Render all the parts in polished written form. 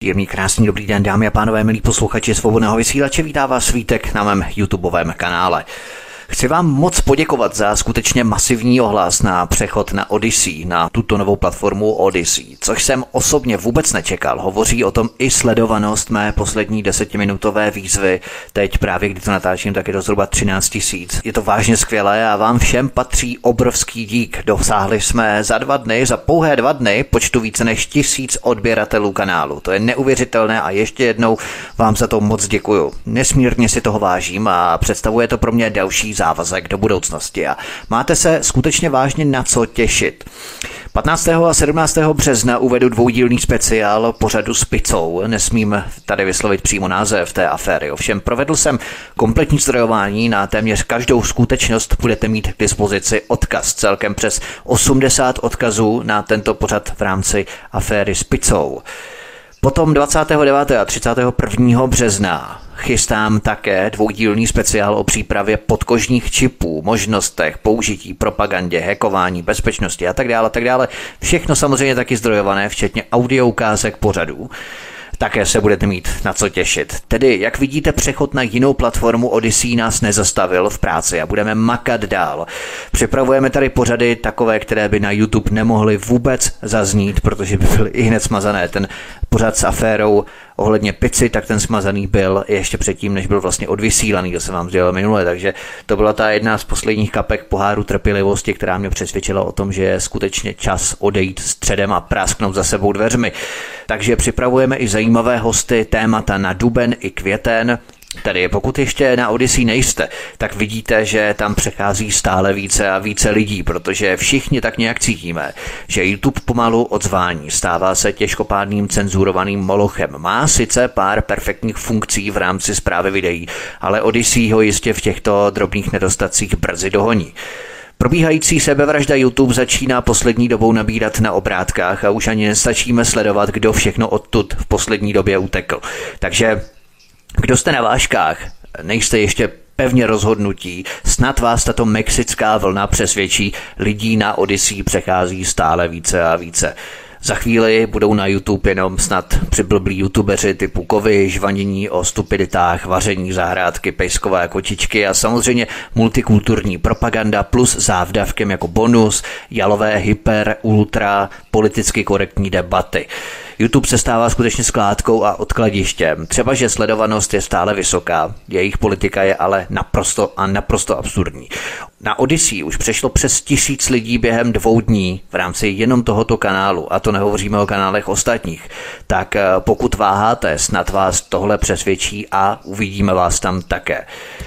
Příjemný, krásný, dobrý den, dámy a pánové, milí posluchači Svobodného vysílače, vítá vás Vítek na mém YouTubeovém kanále. Chci vám moc poděkovat za skutečně masivní ohlas na přechod na Odysee, na tuto novou platformu Odysee, což jsem osobně vůbec nečekal. Hovoří o tom i sledovanost mé poslední 10minutové výzvy. Teď právě, kdy to natáčím, tak je to zhruba 13 000. Je to vážně skvělé a vám všem patří obrovský dík. Dosáhli jsme za pouhé 2 dny počtu více než 1000 odběratelů kanálu. To je neuvěřitelné a ještě jednou vám za to moc děkuju. Nesmírně si toho vážím a představuje to pro mě další závazek do budoucnosti a máte se skutečně vážně na co těšit. 15. a 17. března uvedu dvoudílný speciál pořadu s Picou. Nesmím tady vyslovit přímo název té aféry. Ovšem provedl jsem kompletní zdrojování na téměř každou skutečnost. Budete mít k dispozici odkaz. Celkem přes 80 odkazů na tento pořad v rámci aféry s Picou. Potom 29. a 31. března chystám také dvoudílný speciál o přípravě podkožních čipů, možnostech, použití, propagandě, hackování, bezpečnosti a tak dále. Všechno samozřejmě taky zdrojované, včetně audioukázek pořadů. Také se budete mít na co těšit. Tedy, jak vidíte, přechod na jinou platformu Odysee nás nezastavil v práci a budeme makat dál. Připravujeme tady pořady takové, které by na YouTube nemohly vůbec zaznít, protože by byly i hned smazané. Ten pořad s aférou ohledně pici, tak ten smazaný byl ještě předtím, než byl vlastně odvysílaný, to jsem vám sdělil minule, takže to byla ta jedna z posledních kapek poháru trpělivosti, která mě přesvědčila o tom, že je skutečně čas odejít středem a prásknout za sebou dveřmi. Takže připravujeme i zajímavé hosty, témata na duben i květen. Tedy pokud ještě na Odysee nejste, tak vidíte, že tam přechází stále více a více lidí, protože všichni tak nějak cítíme, že YouTube pomalu odzvání, stává se těžkopádným cenzurovaným molochem. Má sice pár perfektních funkcí v rámci správy videí, ale Odysee ho jistě v těchto drobných nedostacích brzy dohoní. Probíhající sebevražda YouTube začíná poslední dobou nabírat na obrátkách a už ani nestačíme sledovat, kdo všechno odtud v poslední době utekl. Takže kdo jste na vážkách, nejste ještě pevně rozhodnutí, snad vás tato mexická vlna přesvědčí, lidí na Odysee přechází stále více a více. Za chvíli budou na YouTube jenom snad přiblblí youtubeři typu Kovy, žvanění o stupiditách, vaření zahrádky, pejskové kočičky a samozřejmě multikulturní propaganda plus závdavkem jako bonus, jalové hyper, ultra, politicky korektní debaty. YouTube se stává skutečně skládkou a odkladištěm. Třeba, že sledovanost je stále vysoká, jejich politika je ale naprosto absurdní. Na Odysee už přešlo přes 1000 lidí během 2 dní v rámci jenom tohoto kanálu, a to nehovoříme o kanálech ostatních. Tak pokud váháte, snad vás tohle přesvědčí a uvidíme vás tam také.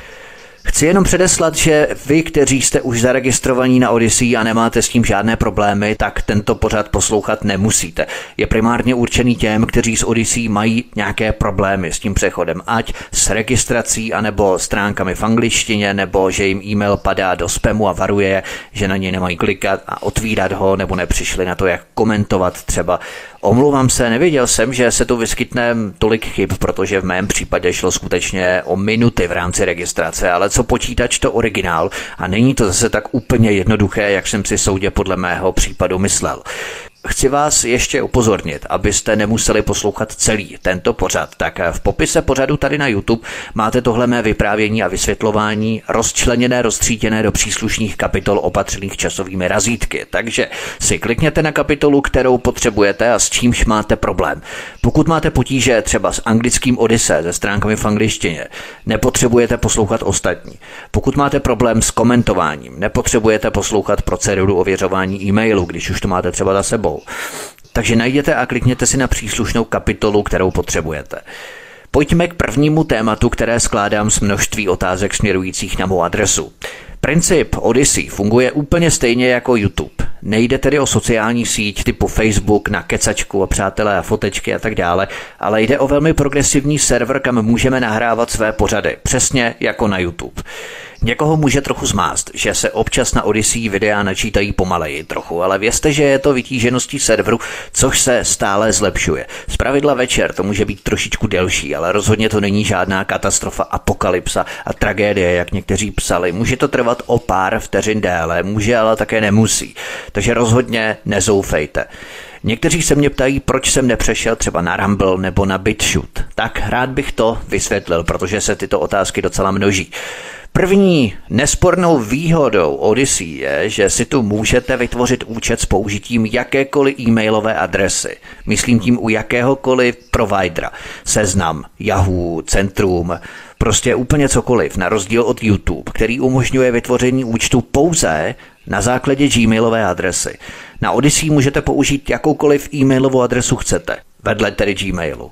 Chci jenom předeslat, že vy, kteří jste už zaregistrovaní na Odysee a nemáte s tím žádné problémy, tak tento pořad poslouchat nemusíte. Je primárně určený těm, kteří s Odysee mají nějaké problémy s tím přechodem, ať s registrací, anebo stránkami v angličtině, nebo že jim e-mail padá do spamu a varuje, že na něj nemají klikat a otvírat ho, nebo nepřišli na to, jak komentovat třeba. Omlouvám se, nevěděl jsem, že se tu vyskytne tolik chyb, protože v mém případě šlo skutečně o minuty v rámci registrace, ale co počítač, to originál a není to zase tak úplně jednoduché, jak jsem si soudě podle mého případu myslel. Chci vás ještě upozornit, abyste nemuseli poslouchat celý tento pořad, tak v popise pořadu tady na YouTube máte tohle mé vyprávění a vysvětlování roztříděné do příslušných kapitol opatřených časovými razítky. Takže si klikněte na kapitolu, kterou potřebujete a s čímž máte problém. Pokud máte potíže třeba s anglickým Odyssey, se stránkami v angličtině, nepotřebujete poslouchat ostatní. Pokud máte problém s komentováním, nepotřebujete poslouchat proceduru ověřování e-mailu, když už to máte třeba za sebou. Takže najděte a klikněte si na příslušnou kapitolu, kterou potřebujete. Pojďme k prvnímu tématu, které skládám z množství otázek směrujících na mou adresu. Princip Odysee funguje úplně stejně jako YouTube. Nejde tedy o sociální síť typu Facebook na kecačku a přátelé a fotečky a tak dále, ale jde o velmi progresivní server, kam můžeme nahrávat své pořady, přesně jako na YouTube. Někoho může trochu zmást, že se občas na Odysee videa načítají pomaleji trochu, ale vězte, že je to vytížeností serveru, což se stále zlepšuje. Zpravidla večer to může být trošičku delší, ale rozhodně to není žádná katastrofa, apokalypsa a tragédie, jak někteří psali. Může to trvat o pár vteřin déle, může, ale také nemusí. Takže rozhodně nezoufejte. Někteří se mě ptají, proč jsem nepřešel třeba na Rumble nebo na BitChute. Tak rád bych to vysvětlil, protože se tyto otázky docela množí. První nespornou výhodou Odyssey je, že si tu můžete vytvořit účet s použitím jakékoliv e-mailové adresy. Myslím tím u jakéhokoliv providera. Seznam, Yahoo, Centrum, prostě úplně cokoliv, na rozdíl od YouTube, který umožňuje vytvoření účtu pouze na základě gmailové adresy. Na Odyssey můžete použít jakoukoliv e-mailovou adresu chcete, vedle tedy Gmailu.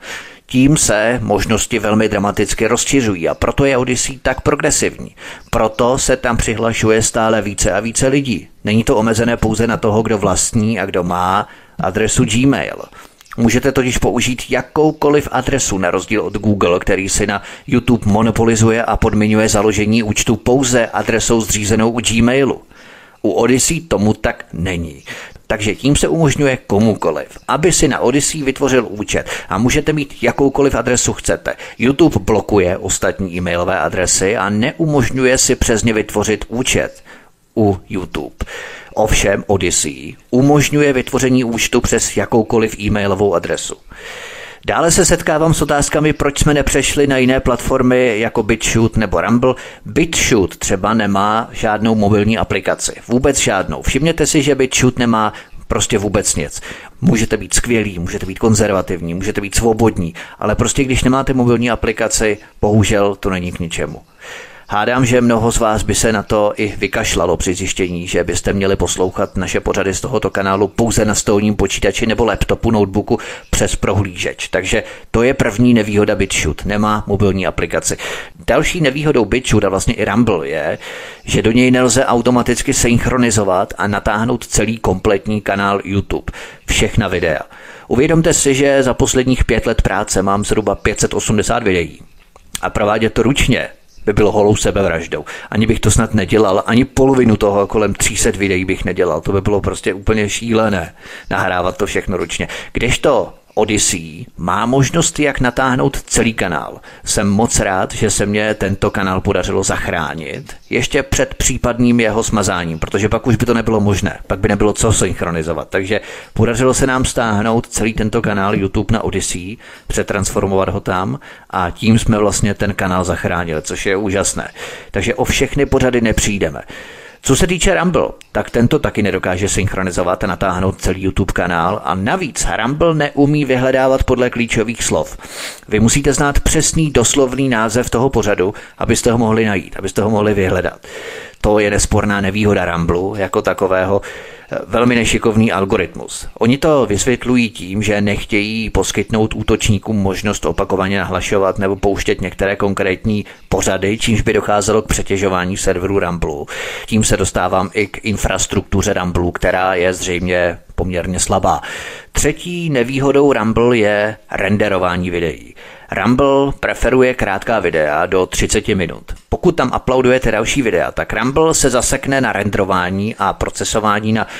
Tím se možnosti velmi dramaticky rozšiřují a proto je Odyssey tak progresivní. Proto se tam přihlašuje stále více a více lidí. Není to omezené pouze na toho, kdo vlastní a kdo má adresu Gmail. Můžete totiž použít jakoukoliv adresu na rozdíl od Google, který si na YouTube monopolizuje a podmiňuje založení účtu pouze adresou zřízenou u Gmailu. U Odyssey tomu tak není. Takže tím se umožňuje komukoliv, aby si na Odyssey vytvořil účet a můžete mít jakoukoliv adresu chcete. YouTube blokuje ostatní e-mailové adresy a neumožňuje si přes ně vytvořit účet u YouTube. Ovšem Odyssey umožňuje vytvoření účtu přes jakoukoliv e-mailovou adresu. Dále se setkávám s otázkami, proč jsme nepřešli na jiné platformy jako BitChute nebo Rumble. BitChute třeba nemá žádnou mobilní aplikaci. Vůbec žádnou. Všimněte si, že BitChute nemá prostě vůbec nic. Můžete být skvělí, můžete být konzervativní, můžete být svobodní, ale prostě když nemáte mobilní aplikaci, bohužel to není k ničemu. Hádám, že mnoho z vás by se na to i vykašlalo při zjištění, že byste měli poslouchat naše pořady z tohoto kanálu pouze na stolním počítači nebo laptopu, notebooku přes prohlížeč. Takže to je první nevýhoda BitChute, nemá mobilní aplikaci. Další nevýhodou BitChute a vlastně i Rumble je, že do něj nelze automaticky synchronizovat a natáhnout celý kompletní kanál YouTube. Všechna videa. Uvědomte si, že za posledních 5 let práce mám zhruba 580 videí. A provádět to ručně by bylo holou sebevraždou. Ani bych to snad nedělal, ani polovinu toho, kolem 300 videí bych nedělal. To by bylo prostě úplně šílené, nahrávat to všechno ručně. Kdežto Odyssey má možnost, jak natáhnout celý kanál. Jsem moc rád, že se mě tento kanál podařilo zachránit ještě před případným jeho smazáním, protože pak už by to nebylo možné, pak by nebylo co synchronizovat. Takže podařilo se nám stáhnout celý tento kanál YouTube na Odyssey, přetransformovat ho tam a tím jsme vlastně ten kanál zachránili, což je úžasné. Takže o všechny pořady nepřijdeme. Co se týče Rumble, tak tento taky nedokáže synchronizovat a natáhnout celý YouTube kanál a navíc Rumble neumí vyhledávat podle klíčových slov. Vy musíte znát přesný doslovný název toho pořadu, abyste ho mohli najít, abyste ho mohli vyhledat. To je nesporná nevýhoda Rumble jako takového, velmi nešikovný algoritmus. Oni to vysvětlují tím, že nechtějí poskytnout útočníkům možnost opakovaně nahlašovat nebo pouštět některé konkrétní pořady, čímž by docházelo k přetěžování serverů Rumble. Tím se dostávám i k infrastruktuře Rumble, která je zřejmě poměrně slabá. Třetí nevýhodou Rumble je renderování videí. Rumble preferuje krátká videa do 30 minut. Pokud tam uploadujete další videa, tak Rumble se zasekne na renderování a procesování na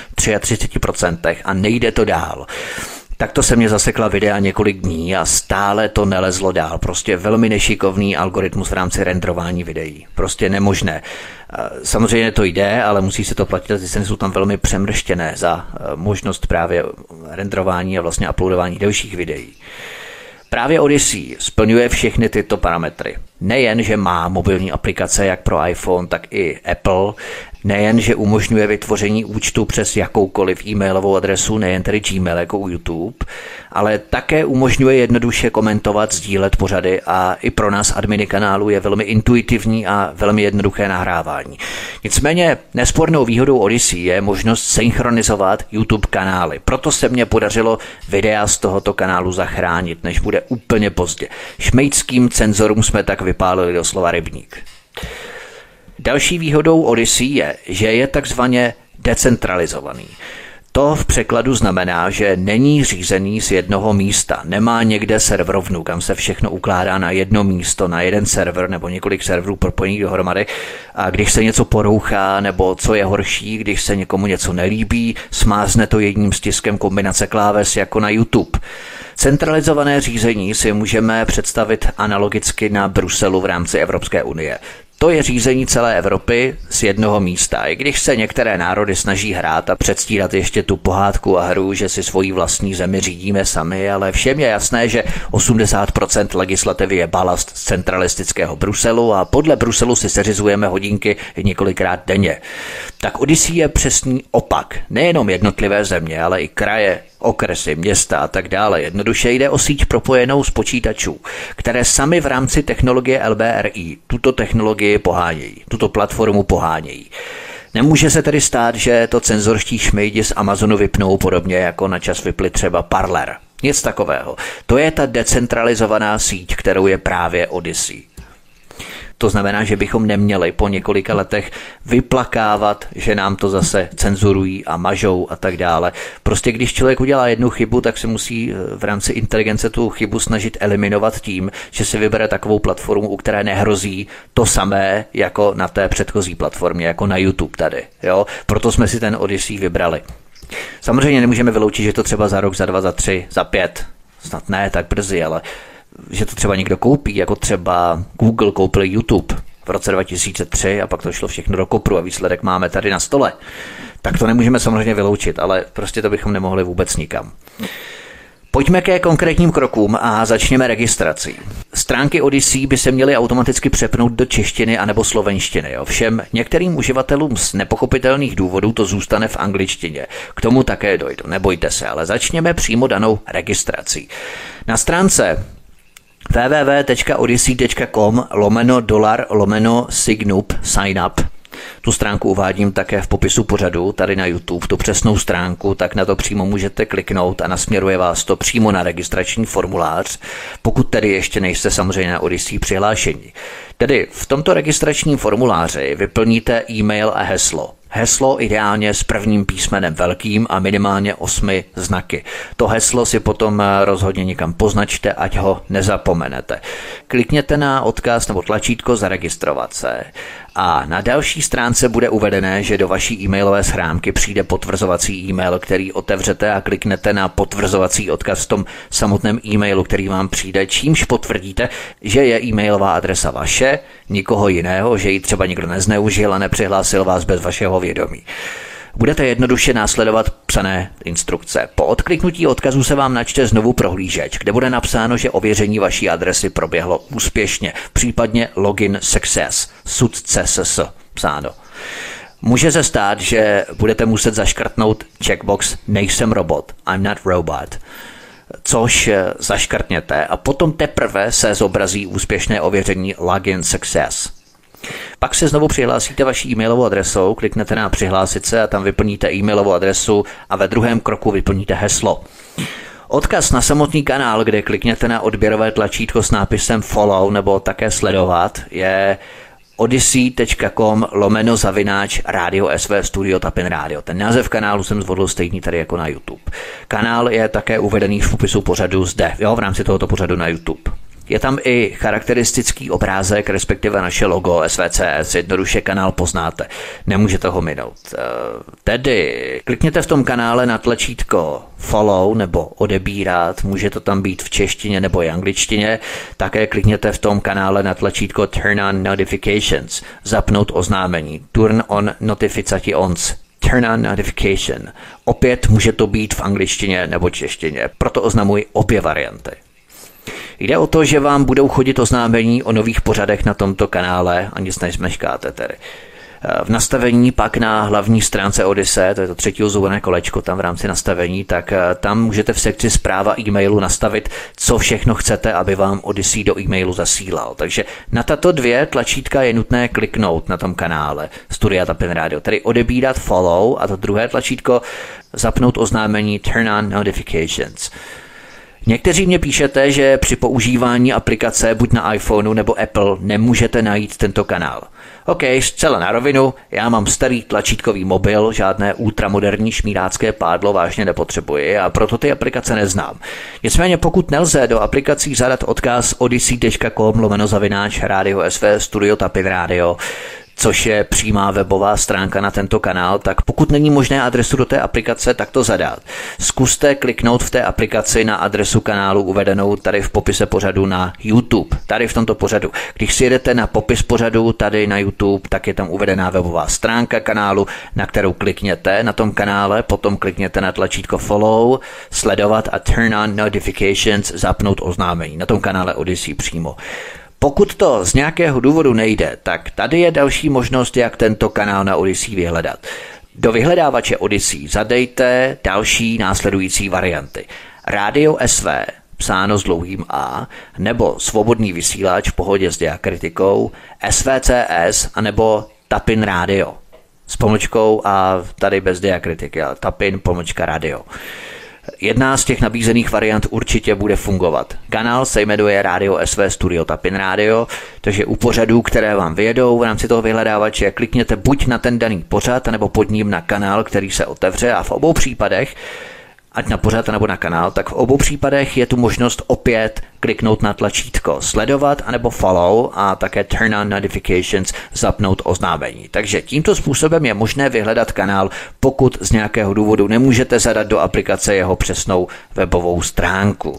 33% a nejde to dál. Takto se mě zasekla videa několik dní a stále to nelezlo dál. Prostě velmi nešikovný algoritmus v rámci renderování videí. Prostě nemožné. Samozřejmě to jde, ale musí se to platit, licenci jsou tam velmi přemrštěné za možnost právě renderování a vlastně uploadování dalších videí. Právě Odyssey splňuje všechny tyto parametry. Nejen, že má mobilní aplikace jak pro iPhone, tak i Apple, nejen, že umožňuje vytvoření účtu přes jakoukoliv e-mailovou adresu, nejen tedy Gmail jako u YouTube, ale také umožňuje jednoduše komentovat, sdílet pořady a i pro nás adminy kanálu je velmi intuitivní a velmi jednoduché nahrávání. Nicméně nespornou výhodou Odyssey je možnost synchronizovat YouTube kanály. Proto se mně podařilo videa z tohoto kanálu zachránit, než bude úplně pozdě. Šmejdským cenzorům jsme tak vypálili doslova rybník. Další výhodou Odyssey je, že je takzvaně decentralizovaný. To v překladu znamená, že není řízený z jednoho místa, nemá někde serverovnu, kam se všechno ukládá na jedno místo, na jeden server nebo několik serverů propojených dohromady a když se něco porouchá nebo co je horší, když se někomu něco nelíbí, smázne to jedním stiskem kombinace kláves jako na YouTube. Centralizované řízení si můžeme představit analogicky na Bruselu v rámci Evropské unie. To je řízení celé Evropy z jednoho místa. I když se některé národy snaží hrát a předstírat ještě tu pohádku a hru, že si svoji vlastní zemi řídíme sami, ale všem je jasné, že 80% legislativy je balast z centralistického Bruselu a podle Bruselu si seřizujeme hodinky několikrát denně. Tak Odyssey je přesný opak. Nejenom jednotlivé země, ale i kraje, okresy, města a tak dále. Jednoduše jde o síť propojenou z počítačů, které sami v rámci technologie LBRI tuto technologii pohánějí, tuto platformu pohánějí. Nemůže se tedy stát, že to cenzorští šmejdi z Amazonu vypnou podobně jako na čas vypli třeba Parler. Nic takového. To je ta decentralizovaná síť, kterou je právě Odyssey. To znamená, že bychom neměli po několika letech vyplakávat, že nám to zase cenzurují a mažou a tak dále. Prostě když člověk udělá jednu chybu, tak se musí v rámci inteligence tu chybu snažit eliminovat tím, že si vybere takovou platformu, u které nehrozí to samé jako na té předchozí platformě, jako na YouTube tady. Jo? Proto jsme si ten Odyssey vybrali. Samozřejmě nemůžeme vyloučit, že to třeba za rok, za 2, za 3, za 5, snad ne tak brzy, ale že to třeba někdo koupí, jako třeba Google koupil YouTube v roce 2003 a pak to šlo všechno do kopru a výsledek máme tady na stole. Tak to nemůžeme samozřejmě vyloučit, ale prostě to bychom nemohli vůbec nikam. Pojďme ke konkrétním krokům a začněme registrací. Stránky Odyssey by se měly automaticky přepnout do češtiny anebo slovenštiny. Ovšem některým uživatelům z nepochopitelných důvodů to zůstane v angličtině. K tomu také dojdu, nebojte se, ale začněme přímo danou registrací. Na stránce www.odyssey.com/$signup sign up. Tu stránku uvádím také v popisu pořadu tady na YouTube, tu přesnou stránku, tak na to přímo můžete kliknout a nasměruje vás to přímo na registrační formulář, pokud tedy ještě nejste samozřejmě na Odyssey přihlášení. Tedy v tomto registračním formuláři vyplníte e-mail a heslo. Heslo ideálně s prvním písmenem velkým a minimálně 8 znaky. To heslo si potom rozhodně někam poznačte, ať ho nezapomenete. Klikněte na odkaz nebo tlačítko zaregistrovat se a na další stránce bude uvedené, že do vaší e-mailové schránky přijde potvrzovací e-mail, který otevřete a kliknete na potvrzovací odkaz v tom samotném e-mailu, který vám přijde, čímž potvrdíte, že je e-mailová adresa vaše, nikoho jiného, že ji třeba nikdo nezneužil a nepřihlásil vás bez vašeho vědomí. Budete jednoduše následovat psané instrukce. Po odkliknutí odkazu se vám načte znovu prohlížeč, kde bude napsáno, že ověření vaší adresy proběhlo úspěšně, případně login success, success psáno. Může se stát, že budete muset zaškrtnout checkbox nejsem robot, I'm not robot, což zaškrtněte a potom teprve se zobrazí úspěšné ověření login success. Pak se znovu přihlásíte vaší e-mailovou adresou, kliknete na přihlásit se a tam vyplníte e-mailovou adresu a ve druhém kroku vyplníte heslo. Odkaz na samotný kanál, kde klikněte na odběrové tlačítko s nápisem follow nebo také sledovat, je odyssey.com/Radio SV Studio Tapin Radio. Ten název kanálu jsem zvolil stejný tady jako na YouTube. Kanál je také uvedený v popisu pořadu zde, v rámci tohoto pořadu na YouTube. Je tam i charakteristický obrázek, respektive naše logo SVCS, jednoduše kanál poznáte, nemůžete ho minout. Tedy klikněte v tom kanále na tlačítko follow nebo odebírat, může to tam být v češtině nebo i angličtině, také klikněte v tom kanále na tlačítko turn on notifications, zapnout oznámení, turn on notifications. Turn on notification. Opět může to být v angličtině nebo češtině, proto oznamuji obě varianty. Jde o to, že vám budou chodit oznámení o nových pořadech na tomto kanále a nic nezmeškáte tedy. V nastavení pak na hlavní stránce Odyssey, to je to třetí ozvulené kolečko tam v rámci nastavení, tak tam můžete v sekci zpráva e-mailu nastavit, co všechno chcete, aby vám Odyssey do e-mailu zasílal. Takže na tato 2 tlačítka je nutné kliknout na tom kanále Studia Tapin Radio, tedy odebírat follow a to druhé tlačítko zapnout oznámení turn on notifications. Někteří mě píšete, že při používání aplikace buď na iPhoneu nebo Apple nemůžete najít tento kanál. OK, zcela na rovinu, já mám starý tlačítkový mobil, žádné ultramoderní šmírácké pádlo vážně nepotřebuji a proto ty aplikace neznám. Nicméně pokud nelze do aplikací zadat odkaz odyssey.com/Radio SV Studio Tapin Radio, což je přímá webová stránka na tento kanál, tak pokud není možné adresu do té aplikace, tak to zadat. Zkuste kliknout v té aplikaci na adresu kanálu uvedenou tady v popise pořadu na YouTube, tady v tomto pořadu. Když si jedete na popis pořadu tady na YouTube, tak je tam uvedená webová stránka kanálu, na kterou klikněte na tom kanále, potom klikněte na tlačítko follow, sledovat a turn on notifications, zapnout oznámení na tom kanále Odyssey přímo. Pokud to z nějakého důvodu nejde, tak tady je další možnost, jak tento kanál na Odyssey vyhledat. Do vyhledávače Odyssey zadejte další následující varianty. Rádio SV, psáno s dlouhým A, nebo svobodný vysílač v pohodě s diakritikou, SVCS, anebo Tapin Radio s pomlčkou a tady bez diakritiky, ale Tapin pomlčka Radio. Jedna z těch nabízených variant určitě bude fungovat. Kanál se jmenuje Radio SV Studio Tapin Radio, takže u pořadů, které vám vyjedou v rámci toho vyhledávače, klikněte buď na ten daný pořad, nebo pod ním na kanál, který se otevře, a v obou případech, ať na pořad nebo na kanál, tak v obou případech je tu možnost opět kliknout na tlačítko sledovat anebo follow a také turn on notifications, zapnout oznámení. Takže tímto způsobem je možné vyhledat kanál, pokud z nějakého důvodu nemůžete zadat do aplikace jeho přesnou webovou stránku.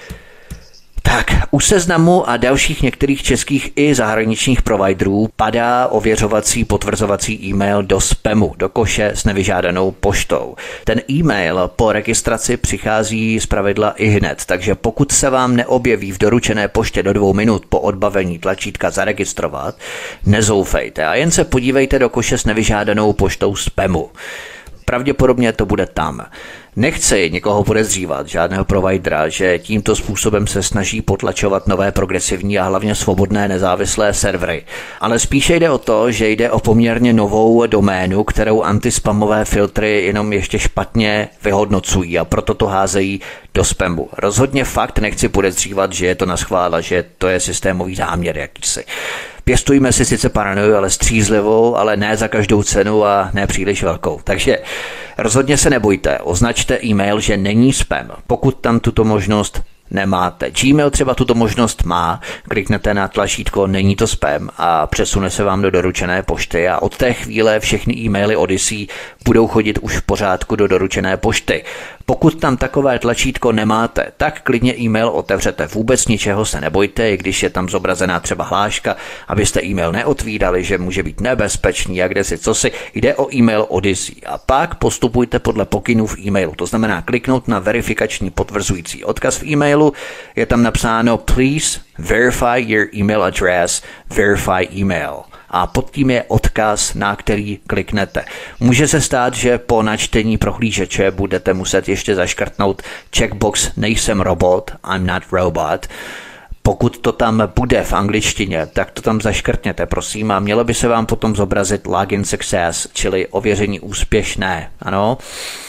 Tak, u Seznamu a dalších některých českých i zahraničních providerů padá ověřovací potvrzovací e-mail do spamu, do koše s nevyžádanou poštou. Ten e-mail po registraci přichází zpravidla i hned, takže pokud se vám neobjeví v doručené poště do 2 minut po odbavení tlačítka zaregistrovat, nezoufejte a jen se podívejte do koše s nevyžádanou poštou spamu. Pravděpodobně to bude tam. Nechci nikoho podezřívat, žádného providera, že tímto způsobem se snaží potlačovat nové progresivní a hlavně svobodné nezávislé servery. Ale spíše jde o to, že jde o poměrně novou doménu, kterou antispamové filtry jenom ještě špatně vyhodnocují a proto to házejí do spamu. Rozhodně fakt nechci podezřívat, že je to naschvála, že to je systémový záměr jakýsi. Pěstujme si sice paranoju, ale střízlivou, ale ne za každou cenu a ne příliš velkou. Takže rozhodně se nebojte, označte e-mail, že není spam, pokud tam tuto možnost nemáte. Gmail třeba tuto možnost má, kliknete na tlačítko není to spam a přesune se vám do doručené pošty a od té chvíle všechny e-maily Odyssey budou chodit už v pořádku do doručené pošty. Pokud tam takové tlačítko nemáte, tak klidně e-mail otevřete, vůbec ničeho se nebojte, i když je tam zobrazená třeba hláška, abyste e-mail neotvírali, že může být nebezpečný a kde si cosi, jde o e-mail Odyssey a pak postupujte podle pokynů v e-mailu, to znamená kliknout na verifikační potvrzující odkaz v e-mailu, je tam napsáno please verify your email address, verify email. A pod tím je odkaz, na který kliknete. Může se stát, že po načtení prohlížeče budete muset ještě zaškrtnout checkbox nejsem robot, I'm not robot. Pokud to tam bude v angličtině, tak to tam zaškrtněte, prosím, a mělo by se vám potom zobrazit login success, čili ověření úspěšné. Ano.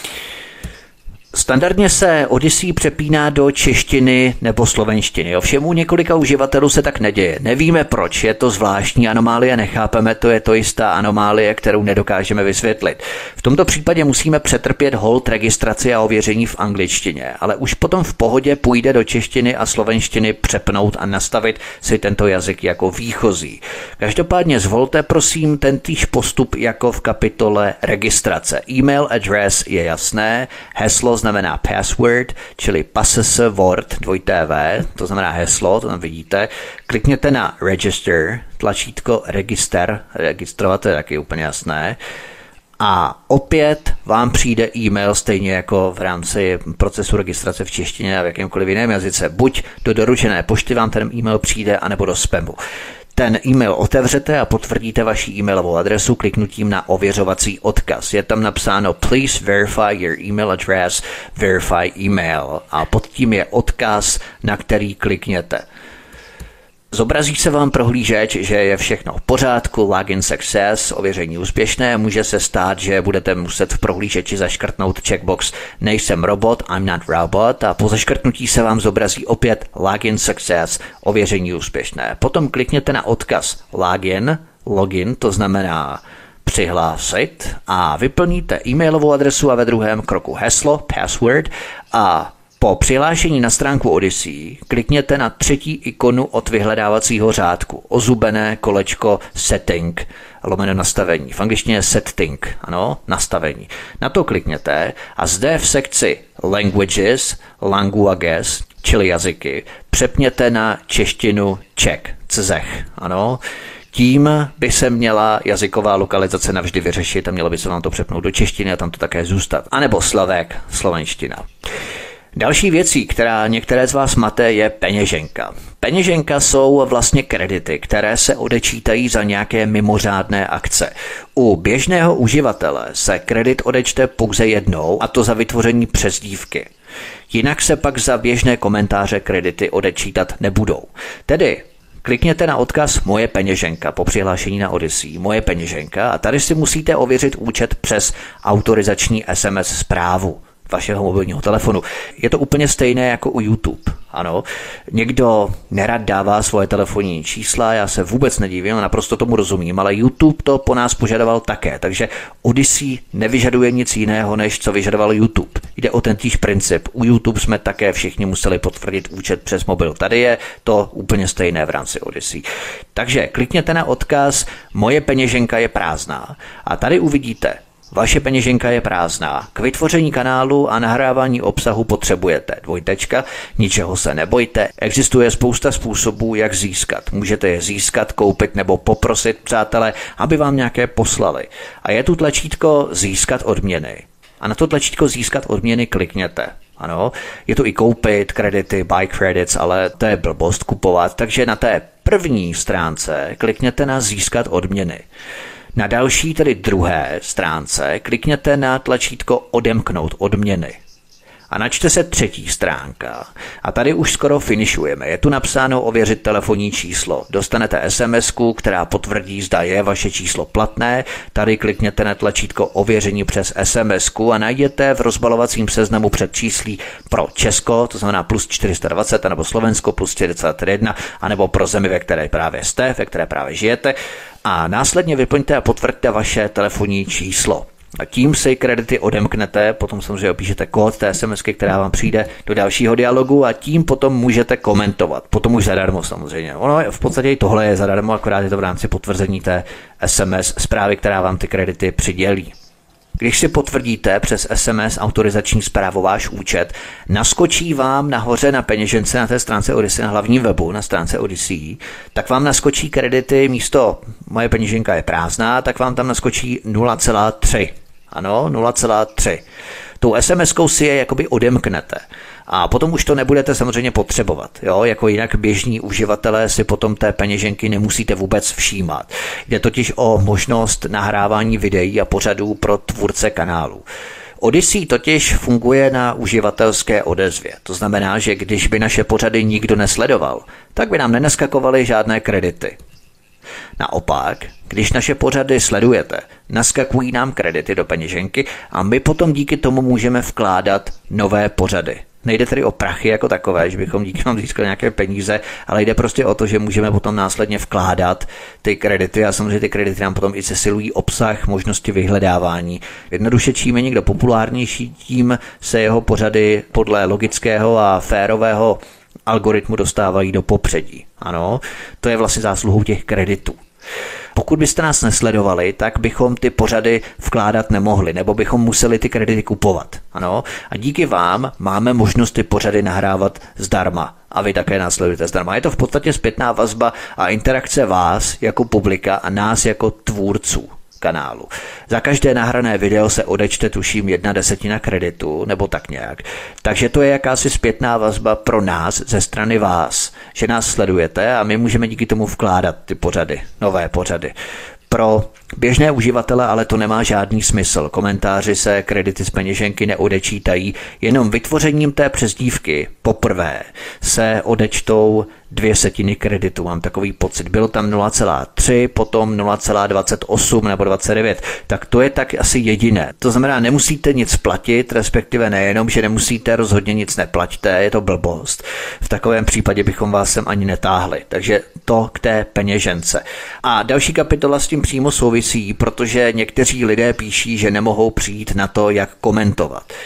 Standardně se Odyssey přepíná do češtiny nebo slovenštiny. Ovšem u několika uživatelů se tak neděje. Nevíme proč, je to zvláštní anomálie, nechápeme, to je to jistá anomálie, kterou nedokážeme vysvětlit. V tomto případě musíme přetrpět hold registraci a ověření v angličtině, ale už potom v pohodě půjde do češtiny a slovenštiny přepnout a nastavit si tento jazyk jako výchozí. Každopádně zvolte prosím tentýž postup jako v kapitole registrace. E-mail address je jasné, heslo znamená password, čili password, to znamená heslo, to tam vidíte. Klikněte na register, tlačítko register, registrovat, to je taky úplně jasné. A opět vám přijde e-mail stejně jako v rámci procesu registrace v češtině a v jakémkoliv jiném jazyce. Buď do doručené pošty vám ten e-mail přijde, anebo do spamu. Ten e-mail otevřete a potvrdíte vaši e-mailovou adresu kliknutím na ověřovací odkaz. Je tam napsáno please verify your email address, verify email a pod tím je odkaz, na který klikněte. Zobrazí se vám prohlížeč, že je všechno v pořádku, login success, ověření úspěšné, může se stát, že budete muset v prohlížeči zaškrtnout checkbox nejsem robot, I'm not robot a po zaškrtnutí se vám zobrazí opět login success, ověření úspěšné. Potom klikněte na odkaz login, to znamená přihlásit a vyplníte e-mailovou adresu a ve druhém kroku heslo, password a Po přihlášení na stránku Odyssey klikněte na třetí ikonu od vyhledávacího řádku, ozubené kolečko Setting, lomeno nastavení. V angličtině setting, ano, nastavení. Na to klikněte a zde v sekci Languages, languages, čili jazyky, přepněte na češtinu Czech, Czech, ano. Tím by se měla jazyková lokalizace navždy vyřešit a mělo by se vám to přepnout do češtiny a tam to také zůstat. A nebo Slovák, slovenština. Další věcí, která některé z vás mate, je peněženka. Peněženka jsou vlastně kredity, které se odečítají za nějaké mimořádné akce. U běžného uživatele se kredit odečte pouze jednou, a to za vytvoření přezdívky. Jinak se pak za běžné komentáře kredity odečítat nebudou. Tedy klikněte na odkaz Moje peněženka po přihlášení na Odyssey, Moje peněženka, a tady si musíte ověřit účet přes autorizační SMS zprávu vašeho mobilního telefonu. Je to úplně stejné jako u YouTube. Ano, někdo nerad dává svoje telefonní čísla, já se vůbec nedivím, naprosto tomu rozumím, ale YouTube to po nás požadoval také, takže Odyssey nevyžaduje nic jiného, než co vyžadoval YouTube. Jde o tentýž princip. U YouTube jsme také všichni museli potvrdit účet přes mobil. Tady je to úplně stejné v rámci Odyssey. Takže klikněte na odkaz Moje peněženka je prázdná a tady uvidíte, vaše peněženka je prázdná. K vytvoření kanálu a nahrávání obsahu potřebujete dvojtečka, ničeho se nebojte. Existuje spousta způsobů, jak získat. Můžete je získat, koupit nebo poprosit přátelé, aby vám nějaké poslali. A je tu tlačítko Získat odměny. A na to tlačítko Získat odměny klikněte. Ano, je to i koupit, kredity, buy credits, ale to je blbost kupovat. Takže na té první stránce klikněte na Získat odměny. Na další, tedy druhé stránce, klikněte na tlačítko Odemknout odměny. A načte se třetí stránka. A tady už skoro finišujeme. Je tu napsáno ověřit telefonní číslo. Dostanete SMS-ku, která potvrdí, zda je vaše číslo platné. Tady klikněte na tlačítko Ověření přes SMS-ku a najděte v rozbalovacím seznamu předčíslí pro Česko, to znamená plus 420, anebo Slovensko plus 41, anebo pro zemi, ve které právě jste, ve které právě žijete. A následně vyplňte a potvrďte vaše telefonní číslo. A tím si kredity odemknete, potom samozřejmě opíšete kód té SMSky, která vám přijde do dalšího dialogu a tím potom můžete komentovat. Potom už zadarmo samozřejmě. Ono v podstatě i tohle je zadarmo, akorát je to v rámci potvrzení té SMS zprávy, která vám ty kredity přidělí. Když si potvrdíte přes SMS autorizační zprávu váš účet, naskočí vám nahoře na peněžence na té stránce Odyssey, na hlavním webu, na stránce Odyssey, tak vám naskočí kredity místo Moje peněženka je prázdná, tak vám tam naskočí 0,3. Ano, 0,3. Tou SMS-kou si je jakoby odemknete. A potom už to nebudete samozřejmě potřebovat. Jo? Jako jinak běžní uživatelé si potom té peněženky nemusíte vůbec všímat. Jde totiž o možnost nahrávání videí a pořadů pro tvůrce kanálu. Odyssey totiž funguje na uživatelské odezvě. To znamená, že když by naše pořady nikdo nesledoval, tak by nám nenaskakovaly žádné kredity. Naopak, když naše pořady sledujete, naskakují nám kredity do peněženky a my potom díky tomu můžeme vkládat nové pořady. Nejde tedy o prachy jako takové, že bychom díky vám získali nějaké peníze, ale jde prostě o to, že můžeme potom následně vkládat ty kredity a samozřejmě ty kredity nám potom i zesilují obsah, možnosti vyhledávání. Jednoduše, čím je někdo populárnější, tím se jeho pořady podle logického a férového algoritmu dostávají do popředí. Ano, to je vlastně zásluhou těch kreditů. Pokud byste nás nesledovali, tak bychom ty pořady vkládat nemohli, nebo bychom museli ty kredity kupovat. Ano? A díky vám máme možnost ty pořady nahrávat zdarma. A vy také nás sledujete zdarma. Je to v podstatě zpětná vazba a interakce vás jako publika a nás jako tvůrců kanálu. Za každé nahrané video se odečte tuším 1/10 kreditu, nebo tak nějak. Takže to je jakási zpětná vazba pro nás ze strany vás, že nás sledujete a my můžeme díky tomu vkládat ty pořady, nové pořady. Pro běžné uživatele ale to nemá žádný smysl. Komentáři se kredity z peněženky neodečítají, jenom vytvořením té přezdívky poprvé se odečtou 0,2 kreditu. Mám takový pocit. Bylo tam 0,3, potom 0,28 nebo 29. Tak to je tak asi jediné. To znamená, nemusíte nic platit, respektive nejenom, že nemusíte, rozhodně nic neplaťte, je to blbost. V takovém případě bychom vás sem ani netáhli. Takže to k té peněžence. A další kapitola s tím přímo souvisí, protože někteří lidé píší, že nemohou přijít na to, jak komentovat.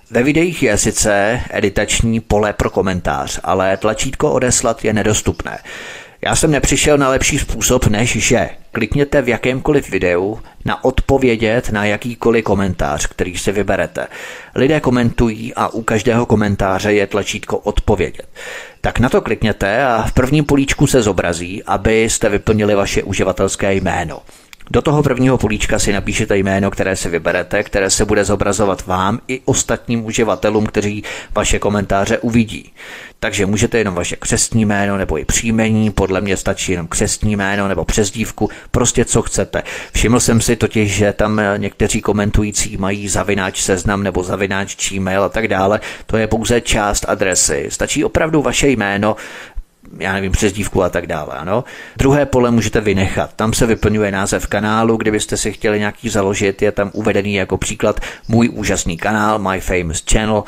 Ve videích je sice editační pole pro komentář, ale tlačítko odeslat je nedostupné. Já jsem nepřišel na lepší způsob, než že klikněte v jakémkoliv videu na odpovědět na jakýkoliv komentář, který si vyberete. Lidé komentují a u každého komentáře je tlačítko odpovědět. Tak na to klikněte a v prvním políčku se zobrazí, abyste vyplnili vaše uživatelské jméno. Do toho prvního políčka si napíšete jméno, které si vyberete, které se bude zobrazovat vám i ostatním uživatelům, kteří vaše komentáře uvidí. Takže můžete jenom vaše křestní jméno nebo i příjmení, podle mě stačí jenom křestní jméno nebo přezdívku, prostě co chcete. Všiml jsem si totiž, že tam někteří komentující mají *seznam nebo *gmail a tak dále. To je pouze část adresy. Stačí opravdu vaše jméno, já nevím, přezdívku a tak dále, ano. Druhé pole můžete vynechat. Tam se vyplňuje název kanálu, kdybyste si chtěli nějaký založit, je tam uvedený jako příklad můj úžasný kanál, My Famous Channel.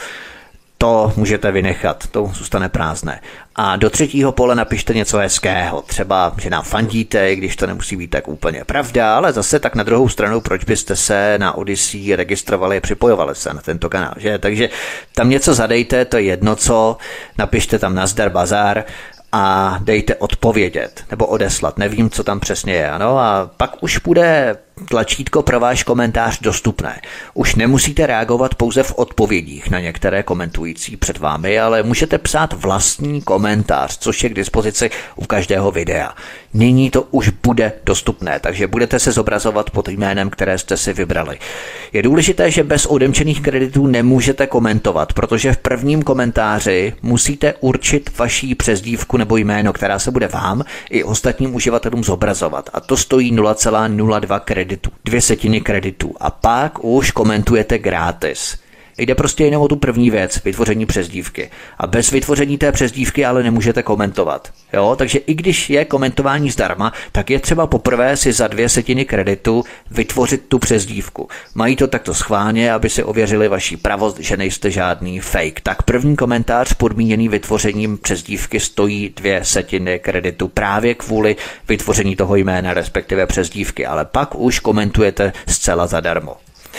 To můžete vynechat, to zůstane prázdné. A do třetího pole napište něco hezkého, třeba, že nám fandíte, když to nemusí být tak úplně pravda, ale zase tak na druhou stranu, proč byste se na Odyssey registrovali a připojovali se na tento kanál, že? Takže tam něco zadejte, to je jedno co, napište tam nazdar bazar a dejte odpovědět nebo odeslat, nevím, co tam přesně je, ano, a pak už bude tlačítko pro váš komentář dostupné. Už nemusíte reagovat pouze v odpovědích na některé komentující před vámi, ale můžete psát vlastní komentář, což je k dispozici u každého videa. Nyní to už bude dostupné, takže budete se zobrazovat pod jménem, které jste si vybrali. Je důležité, že bez odemčených kreditů nemůžete komentovat, protože v prvním komentáři musíte určit vaší přezdívku nebo jméno, která se bude vám i ostatním uživatelům zobrazovat. A to stojí 0,02 kreditu. 0,02 kreditu a pak už komentujete gratis. Jde prostě jenom o tu první věc, vytvoření přezdívky. A bez vytvoření té přezdívky ale nemůžete komentovat. Jo? Takže i když je komentování zdarma, tak je třeba poprvé si za 0,02 kreditu vytvořit tu přezdívku. Mají to takto schválně, aby si ověřili vaši pravost, že nejste žádný fake. Tak první komentář podmíněný vytvořením přezdívky stojí 0,02 kreditu právě kvůli vytvoření toho jména, respektive přezdívky, ale pak už komentujete zcela zadarmo.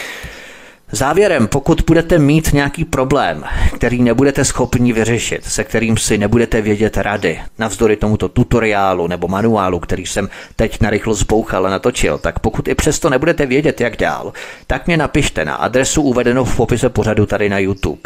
Závěrem, pokud budete mít nějaký problém, který nebudete schopni vyřešit, se kterým si nebudete vědět rady, navzdory tomuto tutoriálu nebo manuálu, který jsem teď narychlo zbouchal a natočil, tak pokud i přesto nebudete vědět, jak dál, tak mě napište na adresu uvedenou v popise pořadu tady na YouTube.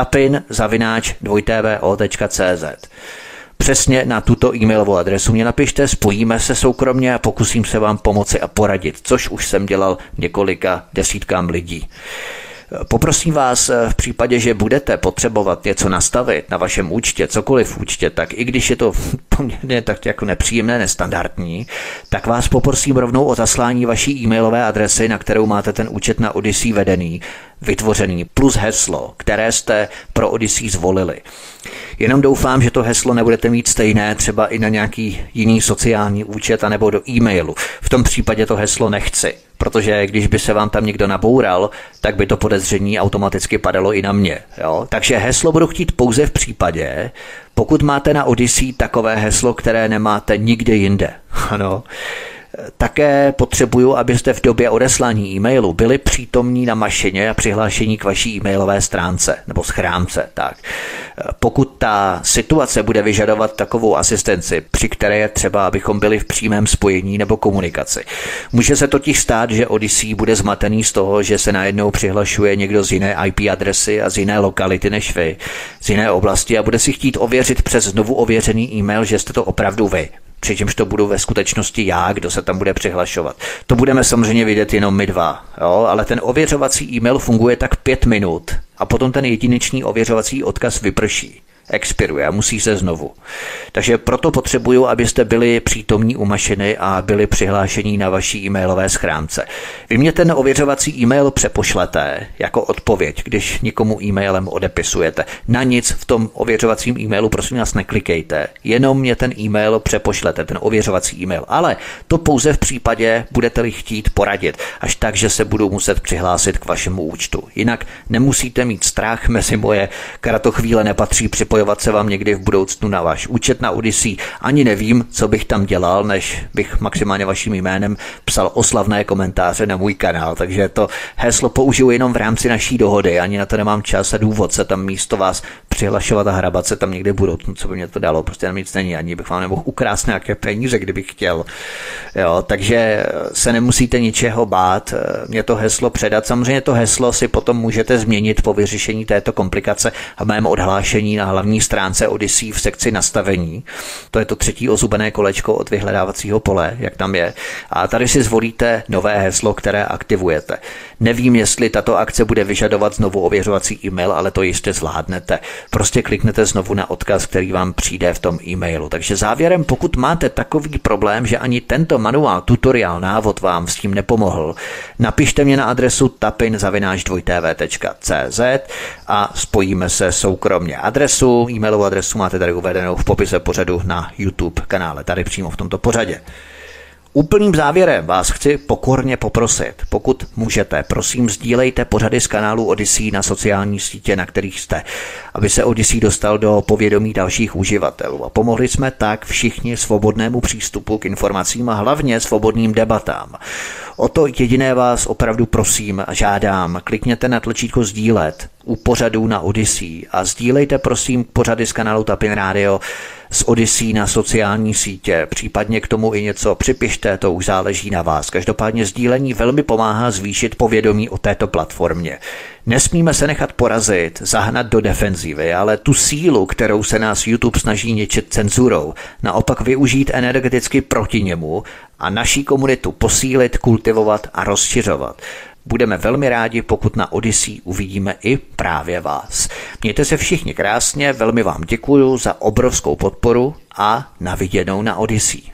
tapin@2tvo.cz. Přesně na tuto e-mailovou adresu mě napište, spojíme se soukromně a pokusím se vám pomoci a poradit, což už jsem dělal několika desítkám lidí. Poprosím vás, v případě, že budete potřebovat něco nastavit na vašem účtě, cokoliv v účtě, tak i když je to poměrně tak jako nepříjemné, nestandardní, tak vás poprosím rovnou o zaslání vaší e-mailové adresy, na kterou máte ten účet na Odyssey vedený, vytvořený, plus heslo, které jste pro Odyssey zvolili. Jenom doufám, že to heslo nebudete mít stejné třeba i na nějaký jiný sociální účet anebo do e-mailu. V tom případě to heslo nechci, protože když by se vám tam někdo naboural, tak by to podezření automaticky padalo i na mě. Jo? Takže heslo budu chtít pouze v případě, pokud máte na Odyssey takové heslo, které nemáte nikde jinde. Ano. Také potřebuju, abyste v době odeslání e-mailu byli přítomní na mašině a přihlášení k vaší e-mailové stránce nebo schránce. Tak. Pokud ta situace bude vyžadovat takovou asistenci, při které je třeba, abychom byli v přímém spojení nebo komunikaci. Může se totiž stát, že Odyssey bude zmatený z toho, že se najednou přihlašuje někdo z jiné IP adresy a z jiné lokality než vy, z jiné oblasti a bude si chtít ověřit přes znovu ověřený e-mail, že jste to opravdu vy. Přičemž to budu ve skutečnosti já, kdo se tam bude přihlašovat. To budeme samozřejmě vidět jenom my dva, jo? Ale ten ověřovací e-mail funguje tak 5 minut a potom ten jedinečný ověřovací odkaz vyprší. Expiruje a musí se znovu. Takže proto potřebuju, abyste byli přítomní u mašiny a byli přihlášení na vaší e-mailové schránce. Vy mě ten ověřovací e-mail přepošlete jako odpověď, když nikomu e-mailem odepisujete. Na nic v tom ověřovacím e-mailu prosím vás neklikejte. Jenom mě ten e-mail přepošlete, ten ověřovací e-mail. Ale to pouze v případě, budete-li chtít poradit, až tak, že se budu muset přihlásit k vašemu účtu. Jinak nemusíte mít strach, mezi moje karatochvíle nepatří připojovat napojovat se vám někdy v budoucnu na váš účet na Odyssey. Ani nevím, co bych tam dělal, než bych maximálně vaším jménem psal oslavné komentáře na můj kanál, takže to heslo použiju jenom v rámci naší dohody, ani na to nemám čas a důvod se tam místo vás přihlašovat a hrabat se tam někde v budoucnu, co by mě to dalo, prostě tam nic není, ani bych vám nemohl ukrást nějaké peníze, kdybych chtěl. Jo, takže se nemusíte ničeho bát, mě to heslo předat. Samozřejmě to heslo si potom můžete změnit po vyřešení této komplikace a mém odhlášení na hlavní stránce Odyssey v sekci nastavení. To je to 3. ozubené kolečko od vyhledávacího pole, jak tam je. A tady si zvolíte nové heslo, které aktivujete. Nevím, jestli tato akce bude vyžadovat znovu ověřovací e-mail, ale to jistě zvládnete. Prostě kliknete znovu na odkaz, který vám přijde v tom e-mailu. Takže závěrem, pokud máte takový problém, že ani tento manuál, tutoriál, návod vám s tím nepomohl, napište mě na adresu tapin@2tv.cz a spojíme se soukromně. E-mailovou adresu máte tady uvedenou v popise pořadu na YouTube kanále, tady přímo v tomto pořadě. Úplným závěrem vás chci pokorně poprosit, pokud můžete, prosím sdílejte pořady z kanálu Odyssey na sociální sítě, na kterých jste, aby se Odyssey dostal do povědomí dalších uživatelů a pomohli jsme tak všichni svobodnému přístupu k informacím a hlavně svobodným debatám. O to jediné vás opravdu prosím a žádám, klikněte na tlačítko sdílet u pořadů na Odyssey a sdílejte prosím pořady z kanálu Tapin Radio z Odyssey na sociální sítě, případně k tomu i něco připište, to už záleží na vás. Každopádně sdílení velmi pomáhá zvýšit povědomí o této platformě. Nesmíme se nechat porazit, zahnat do defenzívy, ale tu sílu, kterou se nás YouTube snaží ničit cenzurou, naopak využít energeticky proti němu a naší komunitu posílit, kultivovat a rozšiřovat. Budeme velmi rádi, pokud na Odyssey uvidíme i právě vás. Mějte se všichni krásně, velmi vám děkuju za obrovskou podporu a na viděnou na Odyssey.